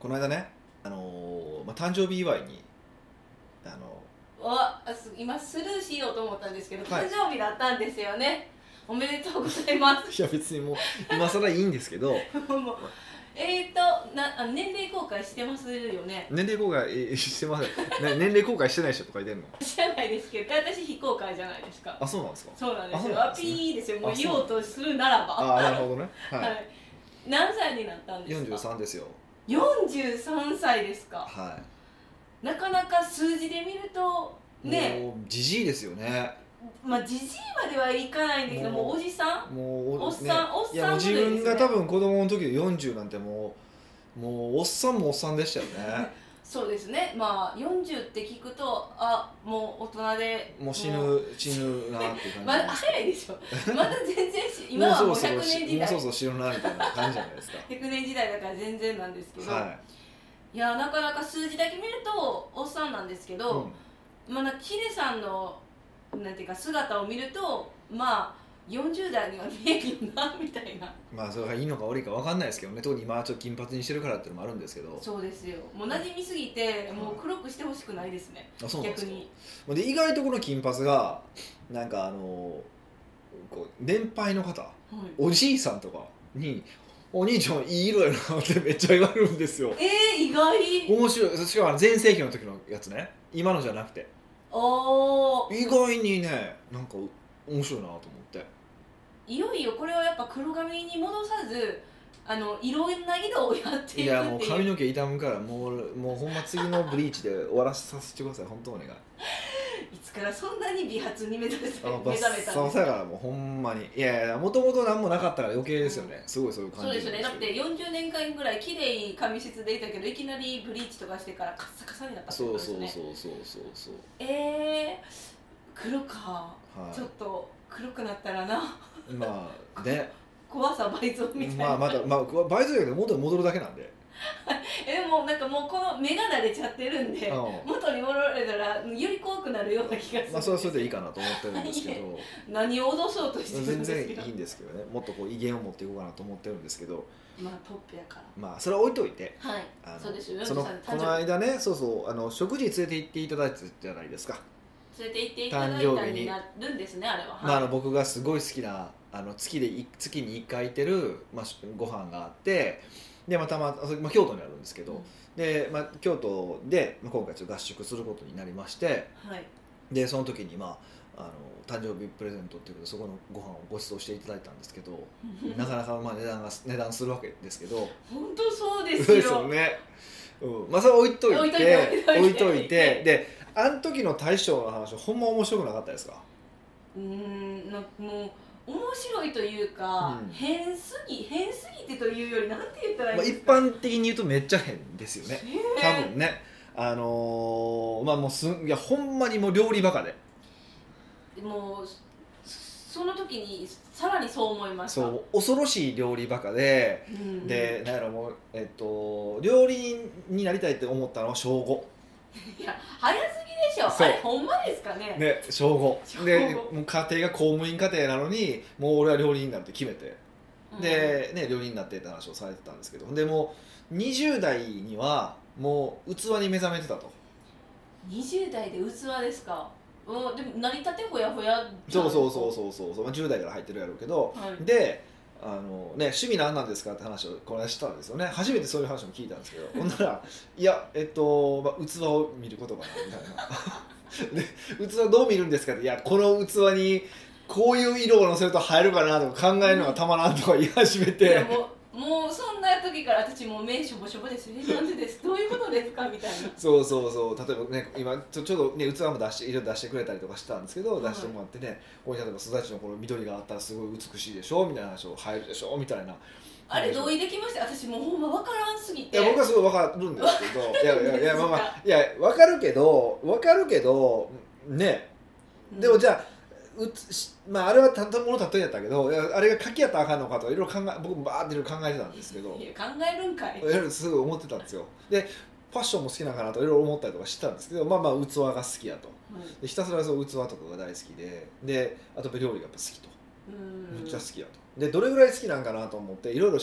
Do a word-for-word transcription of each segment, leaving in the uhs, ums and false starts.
この間ね、あのーまあ、誕生日祝いにあのわ今スルーしようと思ったんですけど、 はい誕生日だったんですよね。おめでとうございます。 いや別にもう今更いいんですけどもうえーとなあ年齢公開してますよね。 年齢公開えしてません、ね、年齢公開してない人とかいてんの？ 知らないですけど、私非公開じゃないですか。 あ、そうなんですか？ そうなんですよ。ああそうなんですねピーですよ。もうあそう言おうとするならば。 ああ、なるほどね。はい、 はい。何歳になったんですか？ よんじゅうさんですよ。 よんじゅうさんさいですか。 はなかなか数字で見るとい。 ね、 もうじじいですよね。 まあじじいまではいかないんですけど、 もうもうおじさん、 もうおっさんね、 おっさんいやもう自モデルですね分が多分子供の時でよんじゅうなんてもうもうおっさんもおっさんでしたよね。 そうですね。まあよんじゅうって聞くと、あもう大人でもう死ぬ死ぬなっていう感じまだなんですけど早いでしょ。まだ全然し今はもうひゃくねん時代もうそろそろ死ぬなみたいな感じじゃないですか。 ひゃくねん時代だから全然なんですけど、、 はいやなかなか数字だけ見るとおっさんなんですけい。 ど、うん、まあヒデさんのなんていうか姿を見ると、まあよんじゅう代には見えるよなみたいな。 まあそれがいいのか悪いか分かんないですけどね。特に今はちょっと金髪にしてるからっていうのもあるんですけど。 そうですよ。もう馴染みすぎて、もう黒くしてほしくないですね。 あ、そうなんですか。 逆に。 で意外とこの金髪がなんかあのこう年配の方、 はい、 おじいさんとかにお兄ちゃんいい色やなってめっちゃ言われるんですよ。 えー、意外。 面白い。しかも全盛期の時のやつね、今のじゃなくて。 おー、 意外にね、なんか面白いなと思って。 いよいよこれはやっぱ黒髪に戻さず、あのいろんな色をやっていくっていう。 いやもう髪の毛傷むからもうもうほんま次のブリーチで終わらせさせてください。本当お願い。 いつからそんなに美髪に目覚めたあの目覚めたんですか。 バッサバサやからもうほんまに。いやいや、もともと何もなかったから余計ですよね、うん、すごいそういう感じ。 そうですよね。だってよんじゅうねんかんぐらい綺麗に髪質でいたけど、いきなりブリーチとかしてからカッサカサになったってことですね。 そうそうそうそうそう。 えー、黒か、 はい、 ちょっと黒くなったらな。 まあね怖さ倍増みたいな。 まあまだまあ倍増やけど元に戻るだけなんで。 えでもなんかもうこの目が慣れちゃってるんで、うん、元に戻られたらより怖くなるような気がする。 まあそれはそれでいいかなと思ってるんですけど何を脅そうとしてるんですか。 全然いいんですけどね。もっとこう威厳を持っていこうかなと思ってるんですけど、 まあトップやからまあそれは置いといて、 はい、 あのそうですよ。 そのこの間ね、そうそう、あの食事に連れて行っていただいたじゃないですか。 連れて行っていただいたになるんですね、あれは。 まあ、あの僕がすごい好きなあの月で月にいっかい行ってる、まあ、ご飯があって、でまたまた、まあ、京都にあるんですけど、うん、でまあ、京都で、まあ、今回ちょっと合宿することになりまして、 はい、 でその時に、まあ、あの誕生日プレゼントっていうことでそこのご飯をご馳走していただいたんですけどなかなかまあ値段が値段するわけですけど本当そうですよ。 ですよね、うん、まあそれ置いといて置いといて置いといてであの時の大将の話ほんま面白くなかったですか？ うーんなんかもう面白いというか、うん、変すぎ変すぎてというよりなんて言ったらいいんですか、 まあ、一般的に言うとめっちゃ変ですよね、多分ね。あのー、まあもうすいやほんまにもう料理バカでもうその時にさらにそう思いました。 そう恐ろしい料理バカで、うん、でなんやろもう、えっと、料理人になりたいって思ったのは小ご。 いや早すぎでしょ。あれほんまですかね。 ね小ごでもう家庭が公務員家庭なのにもう俺は料理人になるって決めて、うん、で、ね、料理人になってって話をされてたんですけど、でもうにじゅう代にはもう器に目覚めてたと。 にじゅう代で器ですか。うん、でも成り立てほやほやそうそうそうそうそうそう、まあ、じゅう代から入ってるやろうけど、はい、であの、ね、趣味何なんですかって話をこの間したんですよね。初めてそういう話も聞いたんですけどほんならいやえっと、まあ、器を見ることかなみたいなで器どう見るんですかって、いやこの器にこういう色をのせると映えるかなとか考えるのがたまらんとか言い始めて、 うん、もうもうそんな時から私もう目しょぼしょぼですよ。えなんでですどういうことですかみたいな。 そうそうそう、例えばね今ちょちょうどね器も出して色出してくれたりとかしたんですけど、出してもらってね、ここに例えばすだちのこの緑があったらすごい美しいでしょみたいな話を入るでしょみたいな。 あれ同意できました。私もうほんま分からんすぎて。 いや僕はすごい分かるんですけどいやいやいやまあまあいや分かるけど分かるけどね、でもじゃあうつまあ、あれはたったもの例えやったけど、あれが書きやったらあかんのかとかいろいろ考え僕もバーっていろいろ考えてたんですけど、 いや考えるんかいいろいろすごい思ってたんですよ。でファッションも好きなのかなといろいろ思ったりとかしてたんですけど、まあまあ器が好きやと、はい、でひたすらそう器とかが大好きで、であと料理がやっぱ好きと、めっちゃ好きやと。でどれぐらい好きなんかなと思っていろいろ喋っ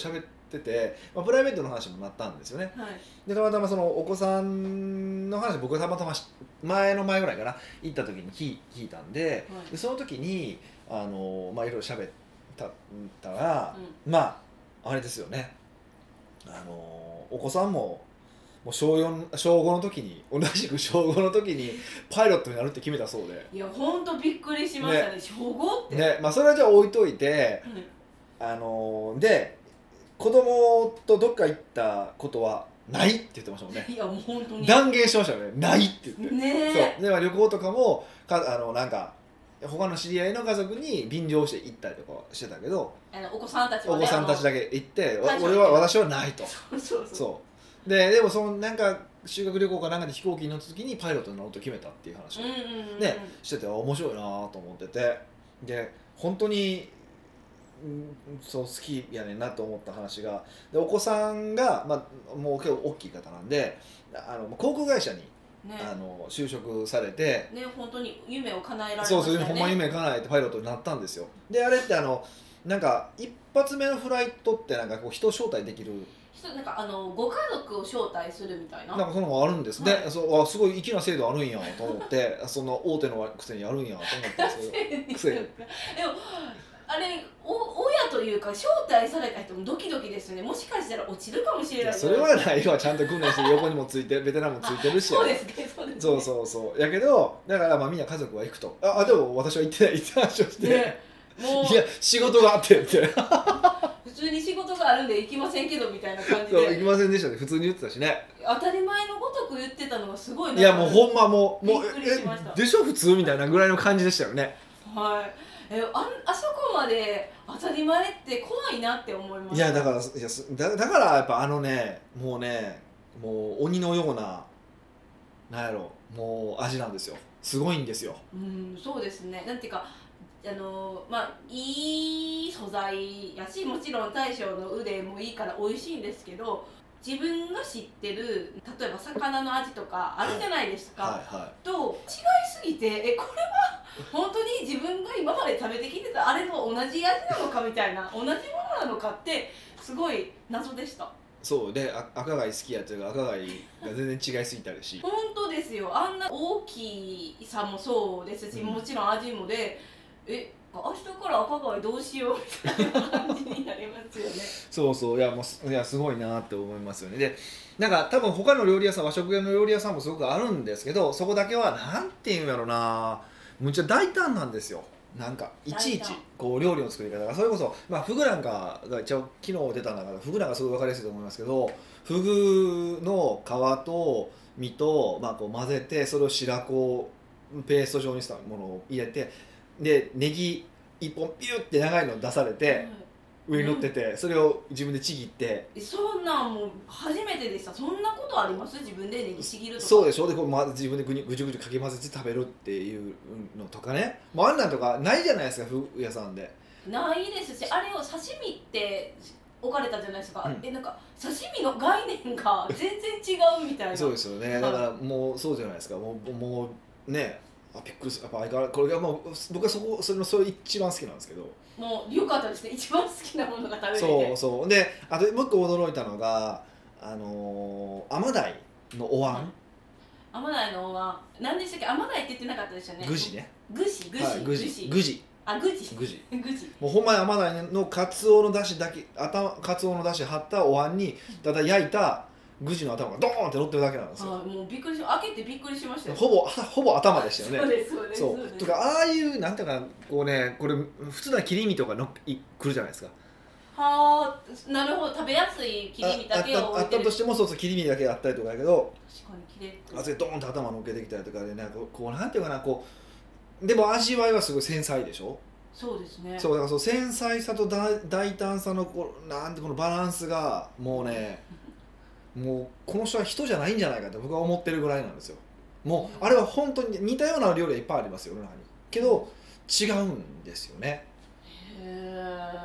ってて、まあ、プライベートの話もなったんですよね。 はい、 でたまたまそのお子さんの話僕がたまたま前の前ぐらいかな行った時に聞い聞いたんで、はい、でその時にあの、まあ、いろいろ喋ったら、うん、まああれですよね、あのお子さんももう小よん小ごの時に同じく小ごの時にパイロットになるって決めたそうで、 いやほんとびっくりしましたね、小ごってね、まあ、それはじゃあ置いといて、うん、あので子供とどっか行ったことはないって言ってましたもんね。 いやもう本当に断言しましたよね、ないって言ってね。 そうで、まあ、旅行とかもかあのなんか他の知り合いの家族に便乗して行ったりとかしてたけど、 あのお子さんたちは、 ね、お子さんたちだけ行って俺は私はないと。 そうそうそうそうででもそのなんか修学旅行かなんかで飛行機に乗った時にパイロットになろうと決めたっていう話を、うんうんうん、ね、してて面白いなと思ってて、で本当にそう好きやねんなと思った話が、でお子さんが、まあ、もう結構大きい方なんであの航空会社に、ね、あの就職されて、 ね、本当に夢を叶えられましたよね。そうそうほんま夢叶えてパイロットになったんですよ。であれってあのなんか一発目のフライトってなんかこう人を招待できるなんかあのご家族を招待するみたいななんかそののがあるんです、はい、でそうあすごい粋な制度あるんやと思ってその大手のくせにやるんやと思ってくせにでもあれお親というか招待された人もドキドキですよね。もしかしたら落ちるかもしれない。 それはないわ、ちゃんと訓練して横にもついてベテランもついてるしそうですねそうですねそうそうそうやけどだからまあみんな家族は行くとああでも私は行ってないって話をして、ね、もういや仕事があってって普通に仕事があるんで行きませんけどみたいな感じでそう行きませんでしたね普通に言ってたしね。 当たり前のごとく言ってたのがすごいな。 いやもうほんまもうもうびっくりしました。 えでしょ普通みたいなぐらいの感じでしたよね。 はいえ あ, あそこまで当たり前って怖いなって思います。いやだからいやだだからやっぱあのねもうねもう鬼のようななんやろもう味なんですよ。すごいんですよ。 うんそうですね。なんていうかあのまあいい素材やしもちろん大将の腕もいいから美味しいんですけど自分が知ってる例えば魚の味とかあるじゃないですか、はいはいはい、と違いすぎてえこれは本当に自分が今まで食べてきてたあれと同じ味なのかみたいな同じものなのかってすごい謎でした。 そうで赤貝好きやっていうか赤貝が全然違いすぎたりし本当ですよ。あんな大きさもそうですし、うん、もちろん味もでえ明日から赤貝どうしようみたいな感じになりますよねそうそういやもういやすごいなって思いますよね。でなんか多分他の料理屋さん和食屋の料理屋さんもすごくあるんですけどそこだけはなんていうんやろなむっちゃ大胆なんですよ。なんかいちいちこう料理の作り方がそれこそ、まあ、フグなんかが一応昨日出たんだからフグなんかすごい分かりやすいと思いますけどフグの皮と身と、まあ、こう混ぜてそれを白子ペースト状にしたものを入れてでネギ一本ピューって長いの出されて、うん、上に乗ってて、うん、それを自分でちぎってそんなんもう初めてでした。そんなことあります？自分でネギちぎるとか。 そうでしょ。でこう、ま、自分でぐにぐじゅぐじゅかき混ぜて食べるっていうのとかねもうあんなんとかないじゃないですかフグ屋さんで。 ないですしあれを刺身って置かれたじゃないですか、うん、えなんか刺身の概念が全然違うみたいなそうですよね。だからもうそうじゃないですかもう、もうねあびっくりするやっぱ相変わらずこれがもう僕はそこそれのそれ一番好きなんですけどもう良かったですね。一番好きなものが食べれてそうそうであともう一個驚いたのがあのー、甘鯛のお椀、 うん、甘鯛のお椀何でしたっけ。甘鯛って言ってなかったですよね。 ぐじねぐじぐじ、はい、 ぐじぐじあぐじぐじぐじもうほんまに甘鯛のカツオの出汁だけ頭カツオの出汁張ったお椀にただ焼いたグジの頭がドーンって乗ってるだけなんですよ。 あもうびっくりし開けてびっくりしましたよ。 ほぼほぼ頭でしたよね。 そうですそうですそうそうとかああいうなんていうかこうねこれ普通な切り身とかのっいくるじゃないですか。 はあなるほど食べやすい切り身だけを置いてる。あったあったとしてもそうそう切り身だけあったりとかだけど確かに切れる。 あそれドーンと頭乗っけてきたりとかでねこうこうなんていうかなこうでも味わいはすごい繊細でしょ。 そうですね。 そうだからそう繊細さと大大胆さのこうなんてこのバランスがもうね。もうこの人は人じゃないんじゃないかと僕は思ってるぐらいなんですよ。もうあれは本当に似たような料理はいっぱいありますよ世の中にけど違うんですよね。 へ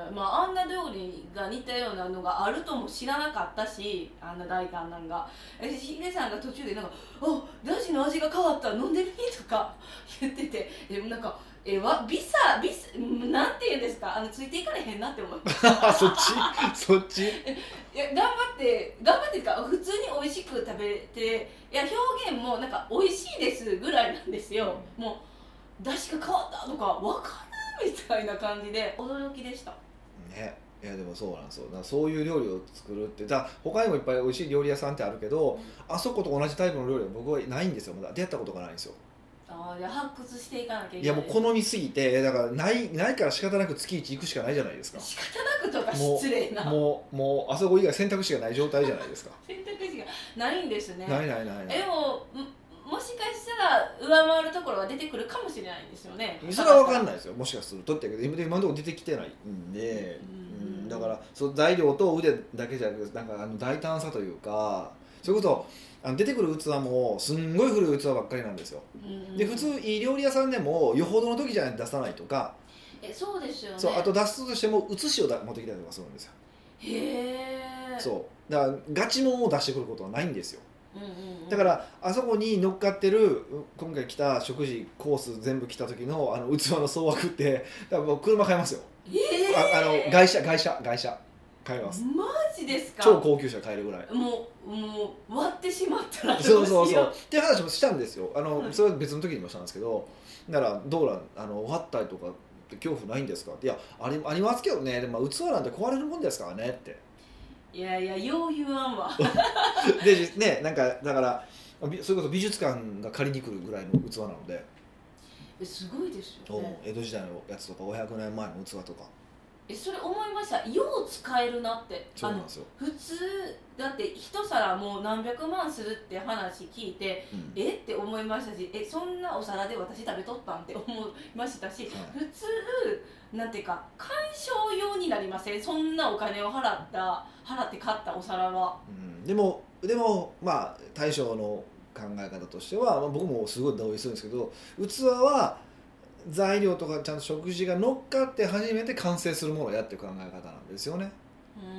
まああんな料理が似たようなのがあるとも知らなかったし、あんな大胆なんがヒデさんが途中でなんか「あだしの味が変わった飲んでみ」とか言ってて、でもなんかえわビサビスなんて言うんですか、あのついていかれへんなって思いましたそっちそっちいや頑張って頑張っていうか普通に美味しく食べて、いや表現もなんか美味しいですぐらいなんですよ。もうだしが変わったとかわかるみたいな感じで驚きでしたね。いやでもそうなんですよ。だからそういう料理を作るってだ他にもいっぱい美味しい料理屋さんってあるけど、うん、あそこと同じタイプの料理は僕はないんですよ。まだ出会ったことがないんですよ。 あじゃあ発掘していかなきゃいけない。 いやもう好みすぎてだからないないから仕方なく月いち行くしかないじゃないですか。 仕方なくとか失礼な。 もうもうあそこ以外選択肢がない状態じゃないですか。 選択肢がないんですね。 ないないないない。 でももしかしたら上回るところが出てくるかもしれないんですよね。 それは分かんないですよ。もしかするとってけど今今のところ出てきてないんで、うん、だからそう材料と腕だけじゃなくてなんかあの大胆さというか、そういうことあの出てくる器もすんごい古い器ばっかりなんですよ。で普通いい料理屋さんでもよほどの時じゃないと出さないとか、 えそうですよね。 そうあと出すとしても写しをだ持ってきたりとかするんですよ。 へえ。 そうだからガチモンを出してくることはないんですよ。 うんうんうん、 だからあそこに乗っかってる今回来た食事コース全部来た時のあの器の総額ってだから車買いますよ。 えー、 ああの外車外車外車買います。 マジですか。 超高級車買えるぐらい。 もうもう割ってしまったらどうしそよう。 うそうそうっていう話もしたんですよ。あの、 はい、 それは別の時にもしたんですけど、だからどうなんあの割ったりとかって恐怖ないんですかって、いやありありますけどね、でも器なんて壊れるもんですからねって。 いやいやよう言わんわでねなんかだからそれこそ美術館が借りに来るぐらいの器なので、 えすごいですよね。 江戸時代のやつとかごひゃくねんまえの器とか。 えそれ思いました。よう使えるなって。 そうなんですよ。 普通だって一皿もう何百万するって話聞いて、うん、えって思いましたし、えそんなお皿で私食べとったんって思いましたし、はい、普通なんていうか鑑賞用になりません。そんなお金を払った払って買ったお皿は、 うん、でもでもまあ大将の考え方としては、まあ、僕もすごい同意するんですけど、器は材料とかちゃんと食事が乗っかって初めて完成するものをやっていう考え方なんですよね。 うーん、うん、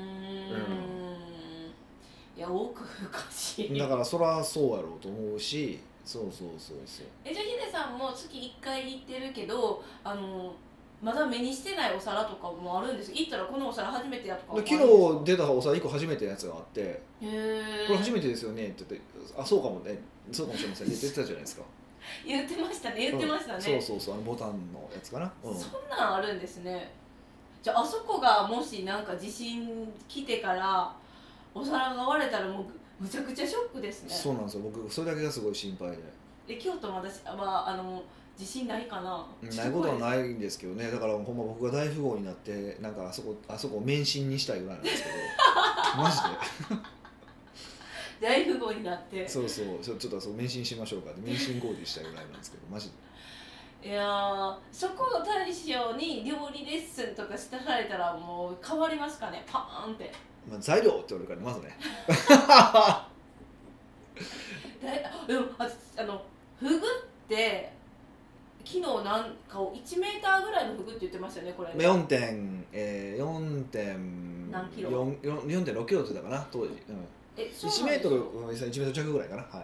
いや奥深しい。 だからそりゃそうやろうと思うし、そうそうそうそう。 えじゃあヒデさんも月いっかい行ってるけど、あのまだ目にしてないお皿とかもあるんです。行ったらこのお皿初めてやとか。 昨日出たお皿いっこ初めてのやつがあって、へえこれ初めてですよねって言って、あそうかもね、そうかもしれませんって言ってたじゃないですか。 言ってましたね言ってましたね、 うん、そうそうそうあのボタンのやつかな、 うん、そんなんあるんですね。じゃああそこがもしなんか地震来てからお皿が割れたらもうむちゃくちゃショックですね。 そうなんですよ。僕それだけがすごい心配で。 え京都まだまああの地震ないかな。 ないことはないんですけどね。だからほんま僕が大富豪になってなんかあそこあそこを免震にしたいぐらいなんですけどマジで大富豪になってそうそうちょっとそう免震しましょうかって免震工事したいぐらいなんですけどマジで。いやーそこの大将に料理レッスンとかしてられたらもう変わりますかねパーンって、 まあ、材料って言われるからまずねでもああのフグって昨日なんかをいちメーターぐらいのフグって言ってましたよねこれ。 よんてん、えー、よんてん何キロよんてんろくキロって言ったかな当時、うん、 えそういちメートルいちメートル弱ぐらいかな。はい。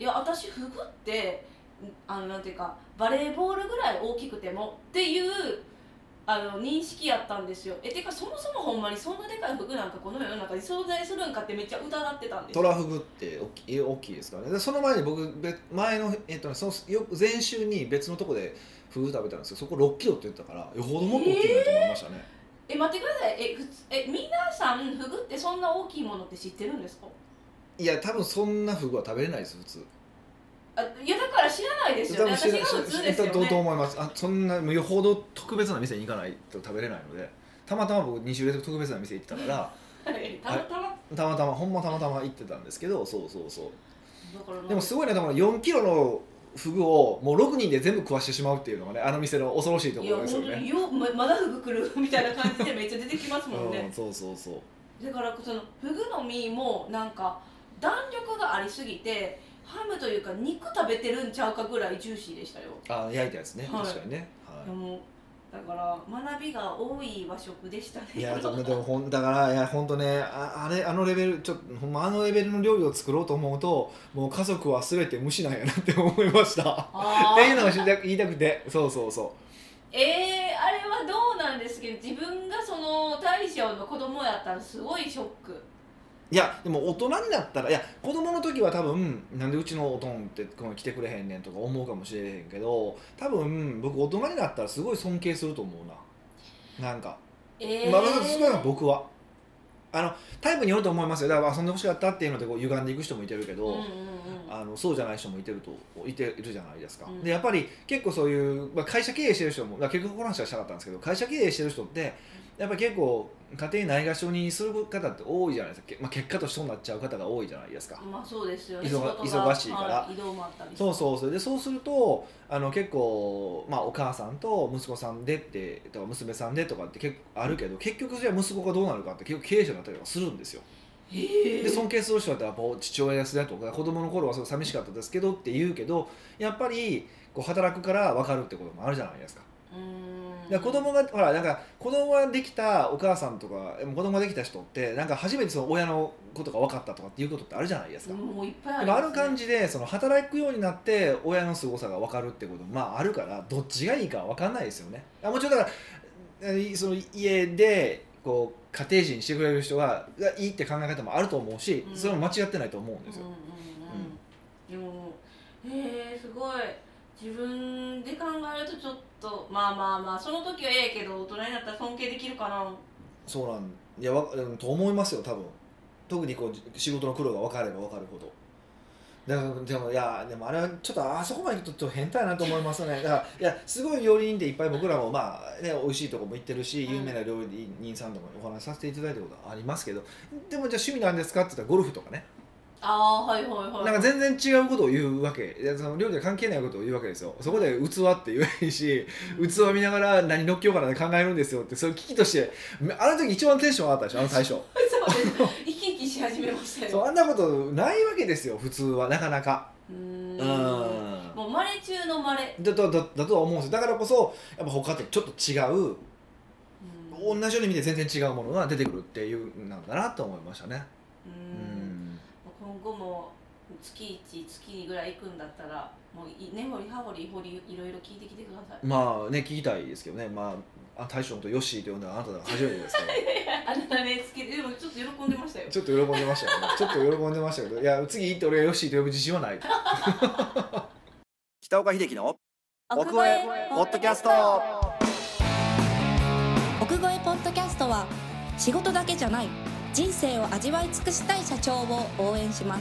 いや私フグってあのなんていうかバレーボールぐらい大きくてもっていうあの認識やったんですよ。えてかそもそもほんまにそんなでかいフグなんかこの世の中に存在するんかってめっちゃ疑ってたんですよ。 トラフグって大きい、大きいですからね。でその前に僕前の、えっとね、そのよ前週に別のとこでフグ食べたんですけどそころっキロって言ったからよほどもっと大きいなと思いましたね。 えー、え待ってくださいえふつえ皆さんフグってそんな大きいものって知ってるんですか。 いや多分そんなフグは食べれないです普通。 あいやだから知らないですよね。私が普通ですよね。 と思います。あそんなよほど特別な店に行かないと食べれないのでたまたま僕に週連続特別な店行ってたからたまたまたまたまほんまたまたま行ってたんですけどそうそうそうだからでもすごいね。だからよんキロのフグをもうろくにんで全部食わしてしまうっていうのがねあの店の恐ろしいところですよね。 いやよままだフグ来るみたいな感じでめっちゃ出てきますもんね、 うん、そうそうそうだからそのフグの身もなんか弾力がありすぎてハムというか肉食べてるんちゃうかぐらいジューシーでしたよ。 あ焼いたやつね、 はい、 確かにね、 はい、もうだから学びが多い和食でしたね。 いやでもでもほんだからいや本当ね あ, あれあのレベルちょっとほんまあのレベルの料理を作ろうと思うともう家族は全て無視なんやなって思いましたっていうのが言いたくてそうそうそうえー、あれはどうなんですけど自分がその大将の子供やったらすごいショック。 いやでも大人になったらいや子供の時は多分なんでうちのおとんって来てくれへんねんとか思うかもしれへんけど多分僕大人になったらすごい尊敬すると思うななんか、 えー、 まあすごいな僕はあのタイプによると思いますよだから遊んでほしかったっていうのでこう歪んでいく人もいてるけど、 うんうんうん、 あのそうじゃない人もいてるといているじゃないですか、 うん、 でやっぱり結構そういう、まあ、会社経営してる人も結局この話はしたかったんですけど会社経営してる人ってやっぱり結構家庭ないがしろにする方って多いじゃないですか、まあ、結果としてそうなっちゃう方が多いじゃないですか。 まあそうですよね。 忙, 忙しいから、 はい、移動もあったりそうそうそれでそうするとあの結構、まあ、お母さんと息子さんでってとか娘さんでとかって結構あるけど結局じゃあ息子がどうなるかって結構経営者になったりとかするんですよ。で尊敬する人だったらやっぱ父親ですねとか子供の頃はすごい寂しかったですけどって言うけどやっぱりこう働くから分かるってこともあるじゃないですか。 うーんだから子供がほらなんか子供ができたお母さんとか子供ができた人ってなんか初めてその親のことが分かったとかっていうことってあるじゃないですか。 もういっぱいありますね。 ある感じでその働くようになって親の凄さが分かるってこともまああるからどっちがいいかは分かんないですよね。あもちろんだからその家でこう家庭人にしてくれる人がいいって考え方もあると思うし、うん、それも間違ってないと思うんですよ。 でもへえすごい自分で考えるとちょっとまあまあまあその時はええけど大人になったら尊敬できるかな。 そうなんいやわと思いますよ多分。特にこう仕事の苦労が分かれば分かるほど。だからでもいやでもあれはちょっとあそこまで行くとちょっと変態なと思いますね。だからいやすごい料理人っていっぱい僕らもまあね美味しいとこも行ってるし、有名な料理人さんとかにお話しさせていただいたことはありますけど、でもじゃあ趣味なんですかって言ったらゴルフとかね。 ああはいはいはい。 なんか全然違うことを言うわけ。その料理で関係ないことを言うわけですよ。そこで器って言えないし、うん、器見ながら何乗っけようかなって考えるんですよってそれ聞きとしてあの時一番テンション上がったでしょあの大将。 そうです生き生きし始めましたよ。 そうあんなことないわけですよ普通はなかなか。 うーんうんもう稀中の稀だとだだとは思うんですよ。だからこそやっぱ他とちょっと違う、うん、同じように見て全然違うものが出てくるっていうなんだなと思いましたね。 うんうん今後も月いち、月にぐらい行くんだったらもう根掘り葉掘り掘りいろいろ聞いてきてください。 まあね聞きたいですけどね。まあ大将とヨッシーと呼んだらあなたが初めてですからあなたねつけてでもちょっと喜んでましたよ。 ちょっと喜んでましたよねちょっと喜んでましたけどいや次行って俺がヨッシーと呼ぶ自信はない北岡秀樹の奥越えポッドキャスト。 奥越えポッドキャストは仕事だけじゃない人生を味わい尽くしたい社長を応援します。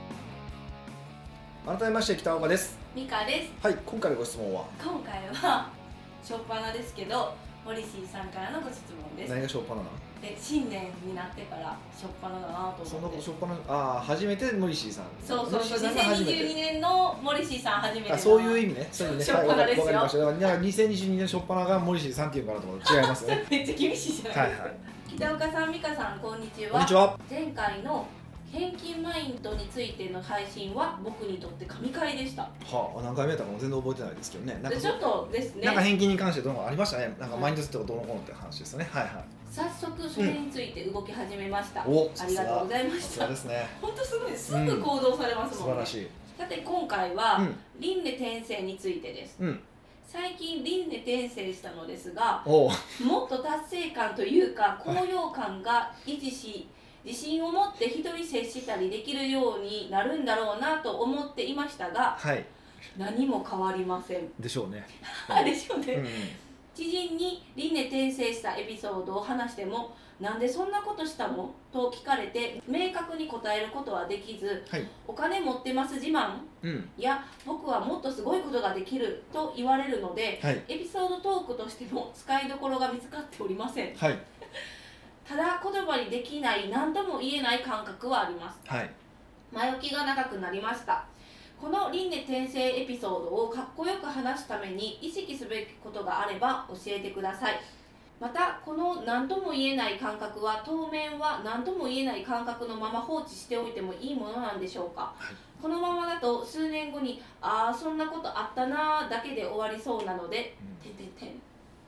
改めまして北岡です。 ミカです。 はい今回のご質問は今回は初っ端ですけどモリシーさんからのご質問です。 何が初っ端なの？ で新年になってから初っ端だなと思って。 その初っ端のああ初めてモリシーさん。 そうそうそうにせんにじゅうにねんのモリシーさん初めての。 あそういう意味ね。そういう意味ね。 初っ端ですよ。 はい、わかりました。だからにせんにじゅうにねん初っ端がモリシーさんっていうかなと思うと違いますね。 めっちゃ厳しいじゃないですか。はいはい。北岡さん、美香さん、こんにちは。 こんにちは。 前回の返金マインドについての配信は僕にとって神回でした。 はあ、何回目やったかも全然覚えてないですけどね。 なんかちょっとですね。 なんか返金に関してどうもありましたね。なんかマインドセットがどうのこうのって話ですよね。はいはい。 早速それについて動き始めました。 うん、お、 ありがとうございました。 そうですね。 本当すごいすぐ行動されますもんね。 うん、素晴らしい。 さて今回は輪廻転生についてです。うん。最近輪廻転生したのですが、もっと達成感というか高揚感が維持し自信を持って人に接したりできるようになるんだろうなと思っていましたが、はい、何も変わりませんでしょうねでしょうね、うん、知人に輪廻転生したエピソードを話してもなんでそんなことしたのと聞かれて明確に答えることはできず、はい、お金持ってます自慢、うん、いや僕はもっとすごいことができると言われるので、はい、エピソードトークとしても使いどころが見つかっておりません、はい、ただ言葉にできない何とも言えない感覚はあります、はい、前置きが長くなりました。この輪廻転生エピソードをかっこよく話すために意識すべきことがあれば教えてください。またこの何とも言えない感覚は当面は何とも言えない感覚のまま放置しておいてもいいものなんでしょうか、はい、このままだと数年後にああそんなことあったなだけで終わりそうなので、うん、てててん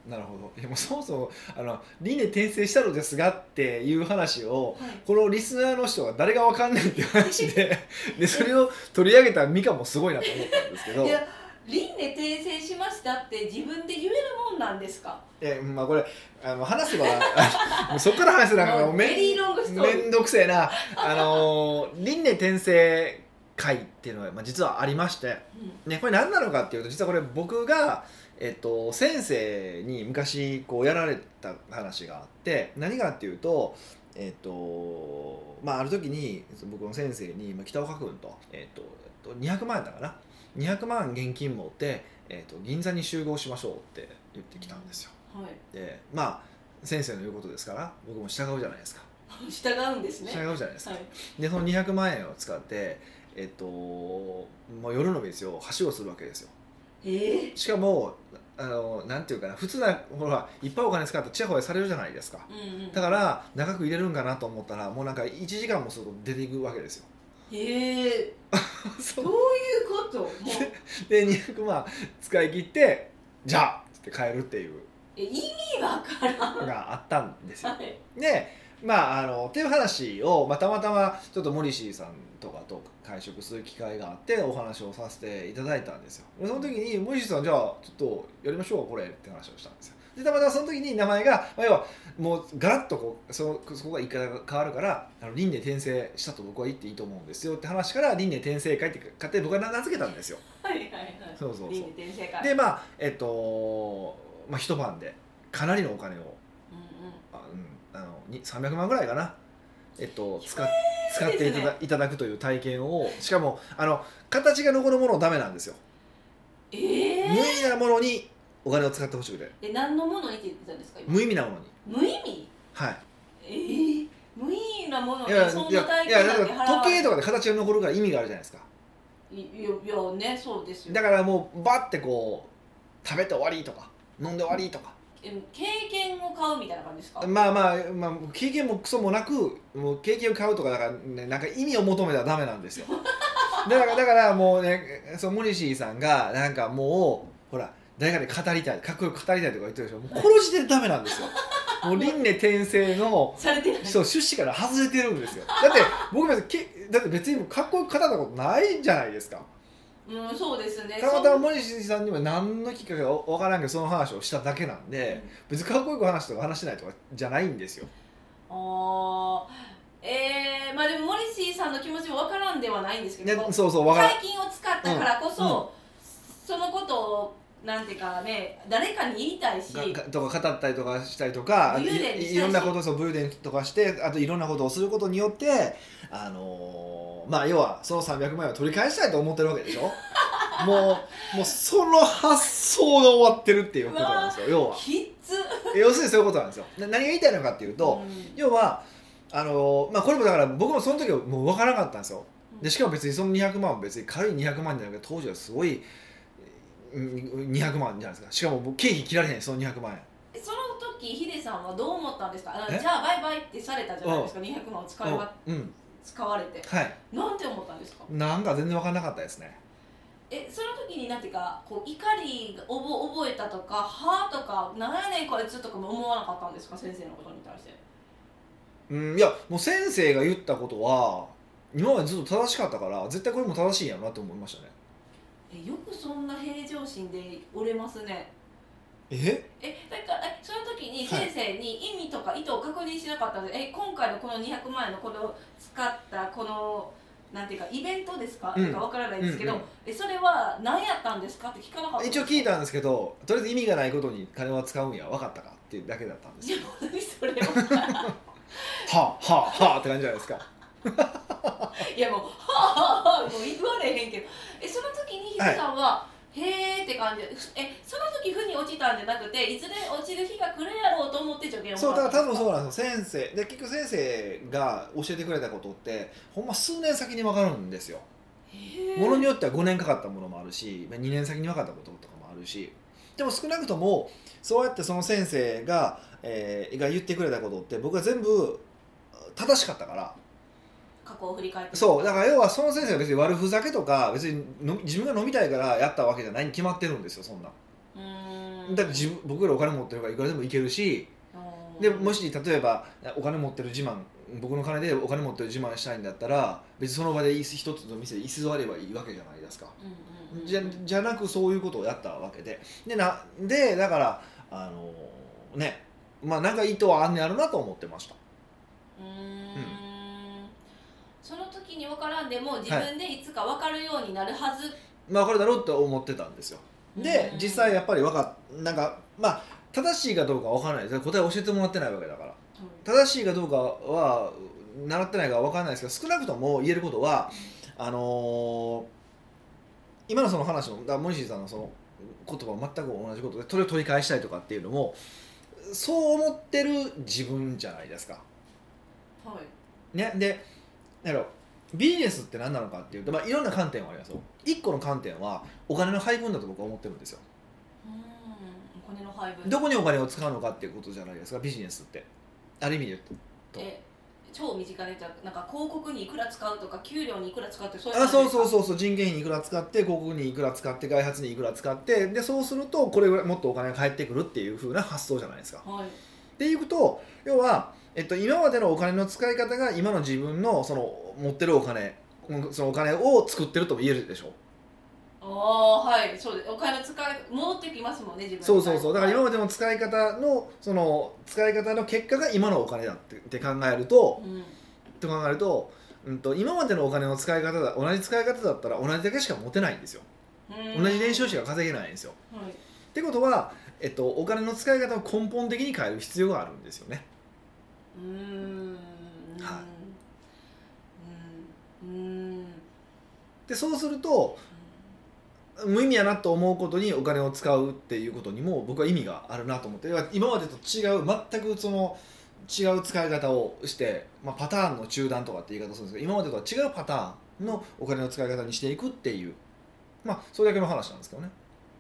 なるほど。いやもうそもそもあの輪廻転生したのですがっていう話を、 はい、 このリスナーの人が誰がわかんないっていう話ででそれを取り上げたミカもすごいなと思ったんですけど、 いや輪廻転生しましたって自分で言えるもんなんですか？ えまあこれあの話せばもうそこから話すなんかもうめメリーロングストーリーめんどくせえなあの輪廻転生会っていうのが、まあ、実はありまして、 うんね、これ何なのかっていうと実はこれ僕が、えっと、先生に昔こうやられた話があって何かっていうと、えっとまあ、ある時に僕の先生に北岡君と、えっと、にひゃくまん円だったかなにひゃくまん現金持って、えっと、銀座に集合しましょうって言ってきたんですよ。 はい、 でまあ先生の言うことですから僕も従うじゃないですか。 従うんですね。 従うじゃないですか、 はい、 でそのにひゃくまん円を使ってえっともう夜の道をはしごするわけですよ。 えー、 しかもあのなんていうかな普通なほらいっぱいお金使ってチヤホヤされるじゃないですか、 うんうん、 だから長く入れるんかなと思ったらもうなんかいちじかんもすると出ていくわけですよ。 へえー、どういうこともうでにひゃくまん使い切ってじゃあって帰るっていうえ意味わからんのがあったんですよ、 はい、 でまああのっていう話を、まあ、たまたまちょっとモリシーさんとかと会食する機会があってお話をさせていただいたんですよ。でその時にモリシーさんじゃあちょっとやりましょうこれって話をしたんですよ。でたまたまその時に名前が、まあ、要はもうガラッとこうそそこが言い方が変わるからあの輪廻転生したと僕は言っていいと思うんですよって話から輪廻転生会って勝手に僕が名付けたんですよ。 はいはいはい。 そうそうそう。 輪廻転生会でまあえっとまあ一晩でかなりのお金を、 うんうん、 あうん、あのにさんびゃくまんぐらいかな、えっと、使っ使っていただ、ね、いただくという体験をしかもあの形が残るものはダメなんですよ。 えー、 無意味なものにお金を使ってほしくて。 え何のものにって言ってたんですか今？ 無意味なものに。 無意味？ はい。 えー、無意味なものにいやそんな体いやいや験なんて払わない。 時計とかで形が残るから意味があるじゃないですか。 いやいやねそうですよ。 だからもうバッてこう食べて終わりとか飲んで終わりとか。 経験を買うみたいな感じですか？ まあまあ、まあ、経験もクソもなくもう経験を買うとかだから、ね、なんか意味を求めたらダメなんですよ。だからだからもうねそのモリシーさんがなんかもうほら誰かに語りたいかっこよく語りたいとか言ってるでしょ。もうこの時点でダメなんですよ。もう輪廻転生のされてないそう趣旨から外れてるんですよ。だって僕別にけだって別にかっこよく語ったことないじゃないですか。 うん、そうですね。 たまたま森進さんにも何のきっかけか分からんけどその話をしただけなんで、うん、別にかっこよく話とか話してないとかじゃないんですよ。 あえー、まあでもモリシーさんの気持ちも分からんではないんですけど、 ね、そうそう分からん最近を使ったからこそ、うんうん、そのことをなんていうかね誰かに言いたいしとか語ったりとかしたりとか い, いろんなことをそう武勇伝とかしてあといろんなことをすることによってあのー、まあ要はそのさんびゃくまん円を取り返したいと思ってるわけでしょ。もうもうその発想が終わってるっていうことなんですよ。要はきつ要するにそういうことなんですよ。何が言いたいのかっていうと、うん、要はあのー、まあこれもだから僕もその時はもう分からなかったんですよ。でしかも別にそのにひゃくまんは別に軽いにひゃくまんじゃなくて当時はすごいにひゃくまんじゃないですか。しかも経費切られへんそのにひゃくまん円。 その時ヒデさんはどう思ったんですか？じゃあバイバイってされたじゃないですか。にひゃくまんを使わ、うん、使われて、 はい、 なんて思ったんですか？ なんか全然分からなかったですね。 えその時になんていうかこう怒りを覚えたとかはとかなんやねんこいつとかも思わなかったんですか？先生のことに対して。 うんいやもう先生が言ったことは今までずっと正しかったから絶対これも正しいんやろなと思いましたね。 えよくそんな平常心で折れますね。 ええだからえその時に先生に意味とか意図を確認しなかったので、はい、え今回のこのにひゃくまん円のこの使ったこのなんていうかイベントですか、うん、なんか分からないですけど、うんうん、えそれは何やったんですかって聞かなかったんですか？ 一応聞いたんですけどとりあえず意味がないことに金は使うんや分かったかっていうだけだったんですよ。 何それははあはあはあって感じじゃないですか。 いやもうはあはあはあもう言われへんけどえその時にヒデさんは、はい、へーって感じでえその時負に落ちたんじゃなくていずれ落ちる日が来るやろうと思って助言をもらったんですか？ そうだから多分そうなんですよ。先生で結局先生が教えてくれたことってほんま数年先に分かるんですよ。ものによってはごねんかかったものもあるしにねん先に分かったこととかもあるしでも少なくともそうやってその先生が、えー、が言ってくれたことって僕は全部正しかったから過去を振り返ってそうだから要はその先生が別に悪ふざけとか別にの自分が飲みたいからやったわけじゃないに決まってるんですよ。そんなうーんだって自分僕らお金持ってるからいくらでもいけるし、でもし例えばお金持ってる自慢僕の金でお金持ってる自慢したいんだったら別にその場で一つの店で椅子座ればいいわけじゃないですか、 うんうんうん、 じゃじゃなくそういうことをやったわけででなでだからあのねまあなんか意図はあんねやろなと思ってました。 うーん、うん、その時に分からんでも自分でいつか分かるようになるはず、 まあ分かるだろうって思ってたんですよ。で実際やっぱり分かっなんかまあ正しいかどうかは分からないです。答えを教えてもらってないわけだから、うん、正しいかどうかは習ってないかは分からないですけど少なくとも言えることは、うん、あのー、今のその話のモニシーさんのその言葉は全く同じことでそれを取り返したいとかっていうのもそう思ってる自分じゃないですか。はいね、でなんだろうビジネスって何なのかっていうと、まあ、いろんな観点はありますよ。いっこの観点はお金の配分だと僕は思ってるんですよ。 うんお金の配分どこにお金を使うのかっていうことじゃないですかビジネスって。ある意味で言うとえ超身近でなんか広告にいくら使うとか給料にいくら使うってそういうあそうそうそうそう人件費にいくら使って広告にいくら使って開発にいくら使ってでそうするとこれぐらいもっとお金が返ってくるっていう風な発想じゃないですか。 はい、 っていうと要は、えっと、今までのお金の使い方が今の自分のその持ってるお金そのお金を作ってるとも言えるでしょ。 ああはいそうです。お金の使い戻ってきますもんね自分の。 そうそうそうだから今までの使い方のその使い方の結果が今のお金だってって考えると、うん、と考えると、うんと今までのお金の使い方だ同じ使い方だったら同じだけしか持てないんですよ。同じ年収しか稼げないんですよ。はい、ってことは、えっと、お金の使い方を根本的に変える必要があるんですよね。 うーんはい。うんうんでそうすると無意味やなと思うことにお金を使うっていうことにも僕は意味があるなと思って今までと違う全くその違う使い方をして、まあ、パターンの中断とかって言い方するんですけど今までとは違うパターンのお金の使い方にしていくっていうまあそれだけの話なんですけどね。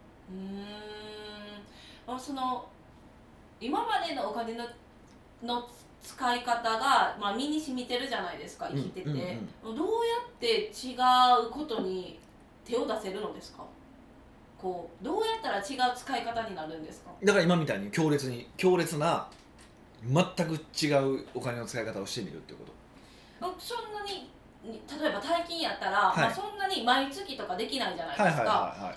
うーんあその今までのお金のの使い方が、まあ、身に染みてるじゃないですか生きてて、うんうんうん、どうやって違うことに手を出せるのですか。こうどうやったら違う使い方になるんですか。 だから今みたいに強烈に強烈な全く違うお金の使い方をしてみるっていうこと。そんなに例えば大金やったら、はいまあ、そんなに毎月とかできないじゃないですか、はいはいはいはい、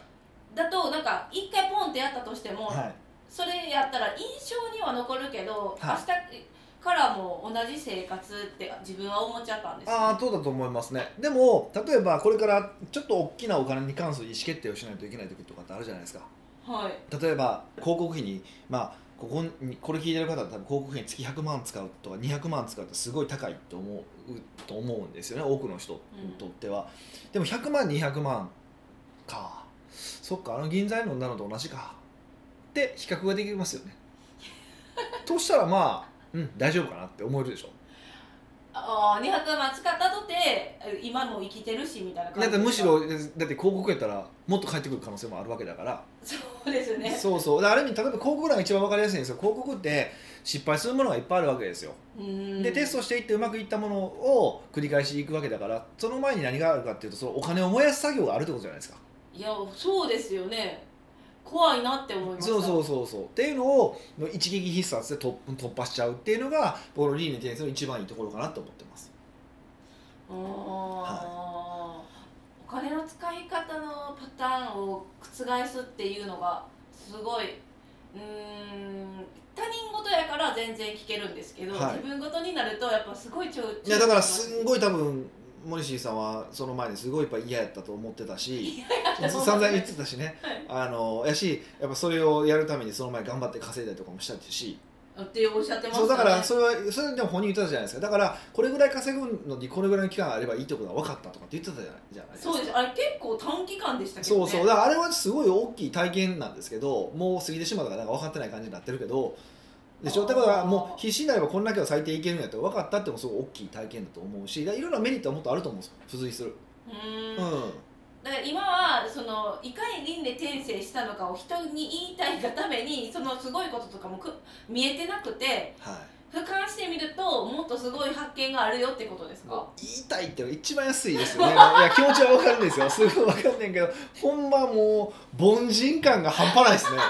だとなんか一回ポンってやったとしても、はい、それやったら印象には残るけど、はい、明日からも同じ生活って自分は思っちゃったんです、ね、 ああそうだと思いますね。でも例えばこれからちょっと大きなお金に関する意思決定をしないといけない時とかってあるじゃないですか、はい、例えば広告費にまあここにこれ聞いてる方は多分広告費に月ひゃくまん使うとかにひゃくまん使うってすごい高いと思うと思うんですよね多くの人にとっては、うん、でもひゃくまんにひゃくまんかそっかあの銀座に飲んだのと同じかって比較ができますよねとしたらまあうん大丈夫かなって思えるでしょ。 ああにひゃくまん使ったとて今も生きてるしみたいな感じだってむしろだって広告やったらもっと返ってくる可能性もあるわけだからそうですねそうそうある意味例えば広告欄が一番分かりやすいんですよ。広告って失敗するものがいっぱいあるわけですよ。でテストしていってうまくいったものを繰り返しいくわけだからその前に何があるかっていうとそのお金を燃やす作業があるってことじゃないですか。 いやそうですよね怖いなって思いました。 そうそうそうそうっていうのを一撃必殺で突突破しちゃうっていうのが僕の理念に対する一番いいところかなと思ってます。 あ、はい、お金の使い方のパターンを覆すっていうのがすごい、うーん他人事やから全然聞けるんですけど、はい、自分事になるとやっぱすごいちょいやだからすんごい多分モリシーさんはその前にすごいやっぱ嫌やったと思ってたし散々言ってたしね、はい、あのやしやっぱそれをやるためにその前頑張って稼いだりとかもしたしっておっしゃってましたね。 そうだからそれはそれでも本人言ってたじゃないですか。だからこれぐらい稼ぐのにこれぐらいの期間あればいいってことが分かったとかって言ってたじゃないじゃないですか。 そうですあれ結構短期間でしたけどね。 そうそうだからあれはすごい大きい体験なんですけどもう過ぎてしまったからなんか分かってない感じになってるけどでしょ。だからもう必死になればこんだけは最低いけるんやって分かったってもすごい大きい体験だと思うしいろいろなメリットはもっとあると思うんですよ付随する。 うーん、うん、だから今はそのいかに輪廻転生したのかを人に言いたいがためにそのすごいこととかもく見えてなくて、 は俯瞰してみるともっとすごい発見があるよってことですか？ 言いたいってのが一番安いですよねいや気持ちは分かるんですよ、すごい分かんねんけど、ほんまもう凡人感が半端ないですね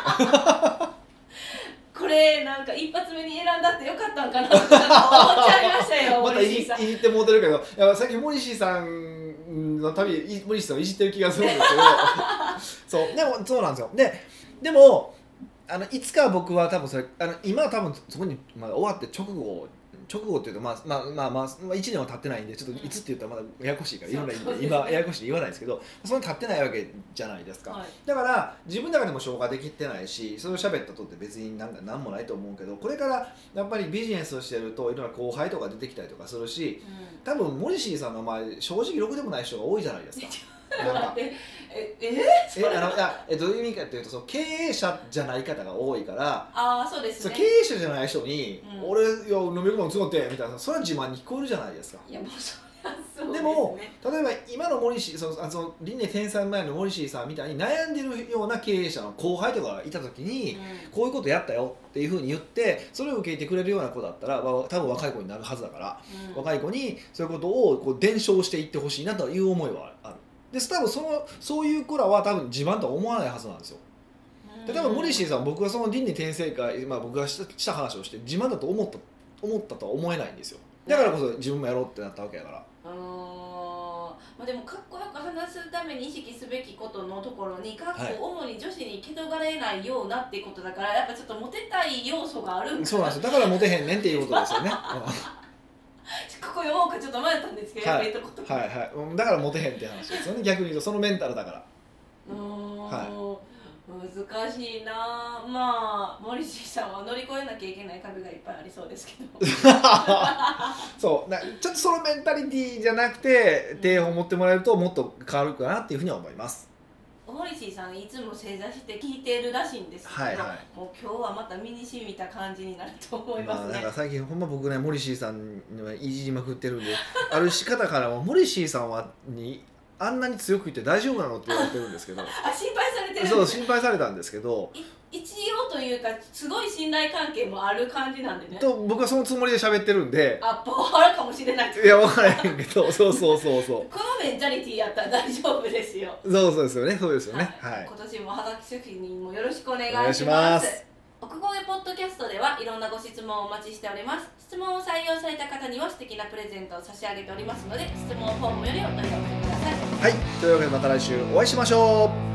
これなんか一発目に選んだってよかったんかなって思っちゃいましたよまたいじ森進さんいじってもうてるけど、いやさっき森進さんの旅い森進さんをいじってる気がするんですけどそうでもそうなんですよ。ででもあのいつか僕は多分それあの今は多分そこに、まあ、終わって直後直後っていうとまあまあまあまあいちねんは経ってないんでちょっといつって言ったらまだややこしいからいろんな意味で今ややこしい言わないですけど、そんな経ってないわけじゃないですか、 はい、 だから自分の中でも消化できてないし、それを喋ったとって別になんか何もないと思うけど、これからやっぱりビジネスをしてるといろんな後輩とか出てきたりとかするし、うん、多分モリシーさんの前正直ろくでもない人が多いじゃないですかなんかええええあのいやえどういう意味かというとその経営者じゃない方が多いから、 あそうですね、 経営者じゃない人に、うん、俺いや飲み込むつもってみたいな、それは自慢に聞こえるじゃないですか。 いやもうそれはそうですね。 でも例えば今の森氏そのあその輪廻転生前の森氏さんみたいに悩んでるような経営者の後輩とかがいた時に、うん、こういうことやったよっていうふうに言ってそれを受け入れてくれるような子だったら多分若い子になるはずだから、うん、若い子にそういうことをこう伝承していってほしいなという思いはある。で多分そのそういう子らは多分自慢とは思わないはずなんですよ。で多分モリシーさん僕がその輪廻転生会、まあ、僕がしたした話をして自慢だと思った思ったとは思えないんですよ。だからこそ自分もやろうってなったわけやから。 あー、まあ、でもかっこよく話すために意識すべきことのところにかっこ主に女子に気取られないようなっていうことだから、やっぱちょっとモテたい要素があるんだ。 そうなんですよ。だからモテへんねんっていうことですよねここ読もうかちょっと迷ったんですけど、 はい、 やっぱ言っとはいはいだからモテへんって話ですよね逆に言うとそのメンタルだから。 うーん、はい、難しいな。まあモリシーさんは乗り越えなきゃいけない壁がいっぱいありそうですけどそうなちょっとそのメンタリティじゃなくて手を持ってもらえるともっと変わるかなっていうふうには思います。 モリシーさんいつも正座して聞いてるらしいんですけど、はいはい、もう今日はまた身に染みた感じになると思いますね。まあ、なんか最近ほんま僕ねモリシーさんにはいじりまくってるんである方からもモリシーさんはにあんなに強く言って大丈夫なのって言われてるんですけどあ心配されてるんです、ね、 そう心配されたんですけど一応というかすごい信頼関係もある感じなんでねと僕はそのつもりで喋ってるんであパワハラかもしれないいや分からへんけどそうそうそうそうこのメンタリティやったら大丈夫ですよ。 そうそうですよねそうですよね、 はいはい、今年もはがき主婦にもよろしくお願いします。 お願いします。 奥越ポッドキャストではいろんなご質問をお待ちしております。質問を採用された方には素敵なプレゼントを差し上げておりますので質問フォームよりお問い合わせください。 はいというわけでまた来週お会いしましょう。